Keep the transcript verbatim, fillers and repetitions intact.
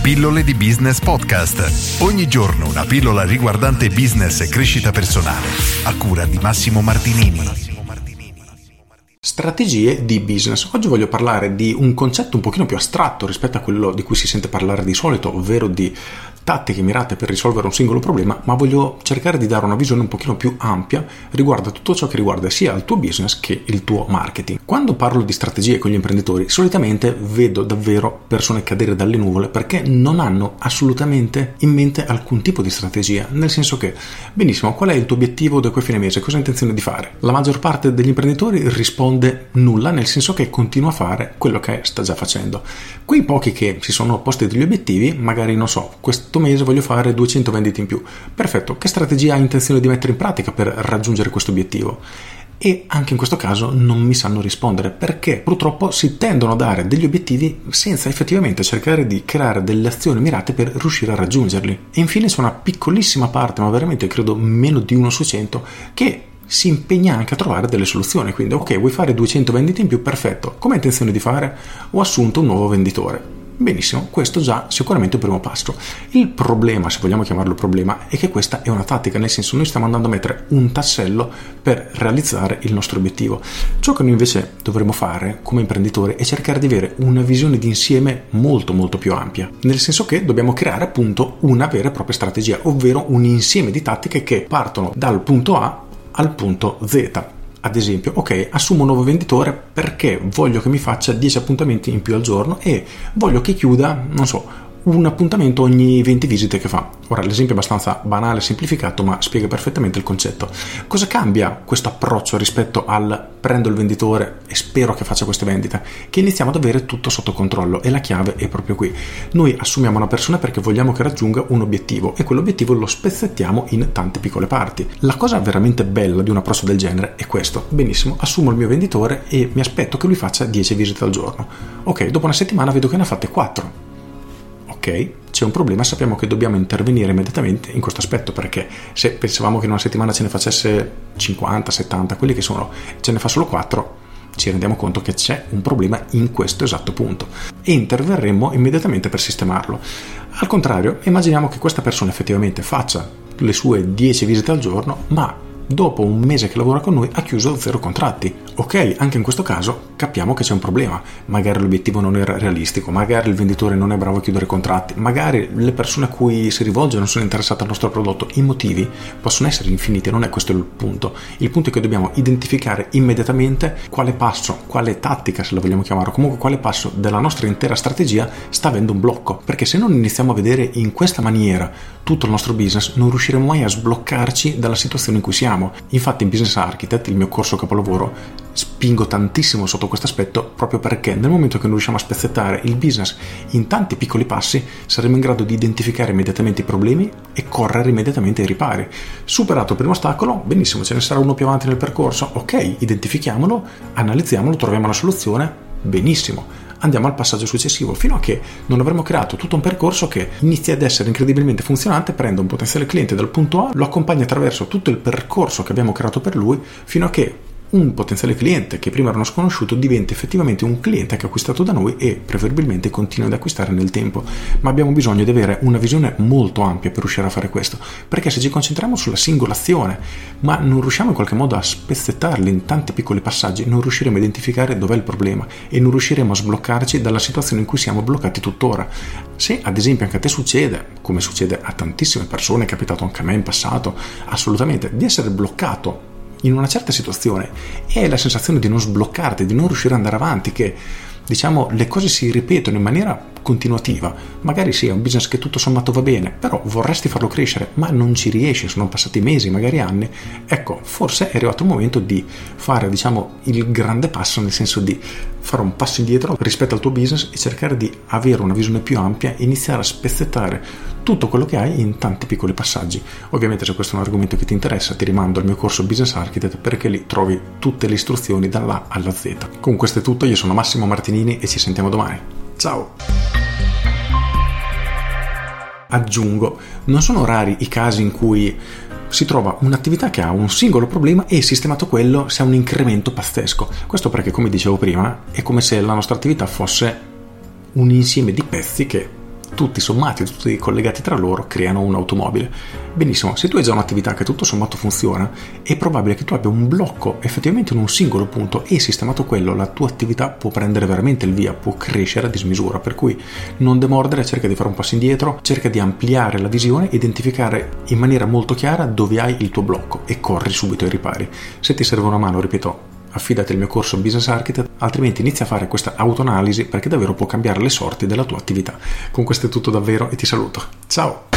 Pillole di Business Podcast. Ogni giorno una pillola riguardante business e crescita personale. A cura di Massimo Martinini. Strategie di business. Oggi voglio parlare di un concetto un pochino più astratto rispetto a quello di cui si sente parlare di solito, ovvero di tattiche mirate per risolvere un singolo problema, ma voglio cercare di dare una visione un pochino più ampia riguardo a tutto ciò che riguarda sia il tuo business che il tuo marketing. Quando parlo di strategie con gli imprenditori, solitamente vedo davvero persone cadere dalle nuvole perché non hanno assolutamente in mente alcun tipo di strategia, nel senso che, benissimo, qual è il tuo obiettivo da qui a fine mese? Cosa hai intenzione di fare? La maggior parte degli imprenditori risponde nulla, nel senso che continua a fare quello che sta già facendo. Quei pochi che si sono posti degli obiettivi, magari non so, questo mese voglio fare duecento vendite in più. Perfetto, che strategia hai intenzione di mettere in pratica per raggiungere questo obiettivo? E anche in questo caso non mi sanno rispondere, perché purtroppo si tendono a dare degli obiettivi senza effettivamente cercare di creare delle azioni mirate per riuscire a raggiungerli. E infine c'è una piccolissima parte, ma veramente credo meno di uno su cento, che si impegna anche a trovare delle soluzioni. Quindi ok, vuoi fare duecento vendite in più? Perfetto, come hai intenzione di fare? Ho assunto un nuovo venditore. Benissimo, questo già sicuramente è un primo passo. Il problema, se vogliamo chiamarlo problema, è che questa è una tattica, nel senso noi stiamo andando a mettere un tassello per realizzare il nostro obiettivo. Ciò che noi invece dovremmo fare come imprenditori è cercare di avere una visione d'insieme molto molto più ampia, nel senso che dobbiamo creare appunto una vera e propria strategia, ovvero un insieme di tattiche che partono dal punto A al punto Z. Ad esempio, ok, assumo un nuovo venditore perché voglio che mi faccia dieci appuntamenti in più al giorno e voglio che chiuda, non so, un appuntamento ogni venti visite che fa. Ora, l'esempio è abbastanza banale e semplificato, ma spiega perfettamente il concetto. Cosa cambia questo approccio rispetto al prendo il venditore e spero che faccia queste vendite? Che iniziamo ad avere tutto sotto controllo, e la chiave è proprio qui. Noi assumiamo una persona perché vogliamo che raggiunga un obiettivo e quell'obiettivo lo spezzettiamo in tante piccole parti. La cosa veramente bella di un approccio del genere è questo. Benissimo, assumo il mio venditore e mi aspetto che lui faccia dieci visite al giorno. Ok, dopo una settimana vedo che ne ha fatte quattro. Ok, c'è un problema, sappiamo che dobbiamo intervenire immediatamente in questo aspetto, perché se pensavamo che in una settimana ce ne facesse cinquanta, settanta, quelli che sono, ce ne fa solo quattro, ci rendiamo conto che c'è un problema in questo esatto punto e interverremo immediatamente per sistemarlo. Al contrario, immaginiamo che questa persona effettivamente faccia le sue dieci visite al giorno, ma dopo un mese che lavora con noi ha chiuso zero contratti. Ok, anche in questo caso capiamo che c'è un problema. Magari l'obiettivo non era realistico, magari il venditore non è bravo a chiudere contratti, magari le persone a cui si rivolge non sono interessate al nostro prodotto. I motivi possono essere infiniti, non è questo il punto. Il punto è che dobbiamo identificare immediatamente quale passo, quale tattica, se la vogliamo chiamare, o comunque quale passo della nostra intera strategia sta avendo un blocco. Perché se non iniziamo a vedere in questa maniera tutto il nostro business, non riusciremo mai a sbloccarci dalla situazione in cui siamo. Infatti in Business Architect, il mio corso capolavoro, spingo tantissimo sotto questo aspetto, proprio perché nel momento che non riusciamo a spezzettare il business in tanti piccoli passi, saremo in grado di identificare immediatamente i problemi e correre immediatamente ai ripari. Superato il primo ostacolo, benissimo, ce ne sarà uno più avanti nel percorso, ok, identifichiamolo, analizziamolo, troviamo la soluzione, benissimo. Andiamo al passaggio successivo, fino a che non avremo creato tutto un percorso che inizia ad essere incredibilmente funzionante. Prendo un potenziale cliente dal punto A, lo accompagno attraverso tutto il percorso che abbiamo creato per lui, fino a che un potenziale cliente che prima era uno sconosciuto diventa effettivamente un cliente che ha acquistato da noi e preferibilmente continua ad acquistare nel tempo. Ma abbiamo bisogno di avere una visione molto ampia per riuscire a fare questo, perché se ci concentriamo sulla singola azione ma non riusciamo in qualche modo a spezzettarli in tanti piccoli passaggi, non riusciremo a identificare dov'è il problema e non riusciremo a sbloccarci dalla situazione in cui siamo bloccati tuttora. Se ad esempio anche a te succede, come succede a tantissime persone, è capitato anche a me in passato, assolutamente, di essere bloccato in una certa situazione e la sensazione di non sbloccarti, di non riuscire ad andare avanti, che diciamo le cose si ripetono in maniera continuativa, magari sì, è un business che tutto sommato va bene, però vorresti farlo crescere ma non ci riesci, sono passati mesi, magari anni, ecco, forse è arrivato il momento di fare diciamo il grande passo, nel senso di fare un passo indietro rispetto al tuo business e cercare di avere una visione più ampia e iniziare a spezzettare tutto quello che hai in tanti piccoli passaggi. Ovviamente se questo è un argomento che ti interessa ti rimando al mio corso Business Architect, perché lì trovi tutte le istruzioni dall'A alla Z. Con questo è tutto, io sono Massimo Martinini e ci sentiamo domani. Ciao! Aggiungo, non sono rari i casi in cui si trova un'attività che ha un singolo problema e sistemato quello si ha un incremento pazzesco. Questo perché, come dicevo prima, è come se la nostra attività fosse un insieme di pezzi che tutti sommati, tutti collegati tra loro, creano un'automobile. Benissimo, se tu hai già un'attività che tutto sommato funziona, è probabile che tu abbia un blocco effettivamente in un singolo punto e sistemato quello, la tua attività può prendere veramente il via, può crescere a dismisura, per cui non demordere, cerca di fare un passo indietro, cerca di ampliare la visione, identificare in maniera molto chiara dove hai il tuo blocco e corri subito ai ripari. Se ti serve una mano, ripeto, affidati al mio corso Business Architect, altrimenti inizia a fare questa autoanalisi perché davvero può cambiare le sorti della tua attività. Con questo è tutto davvero e ti saluto. Ciao!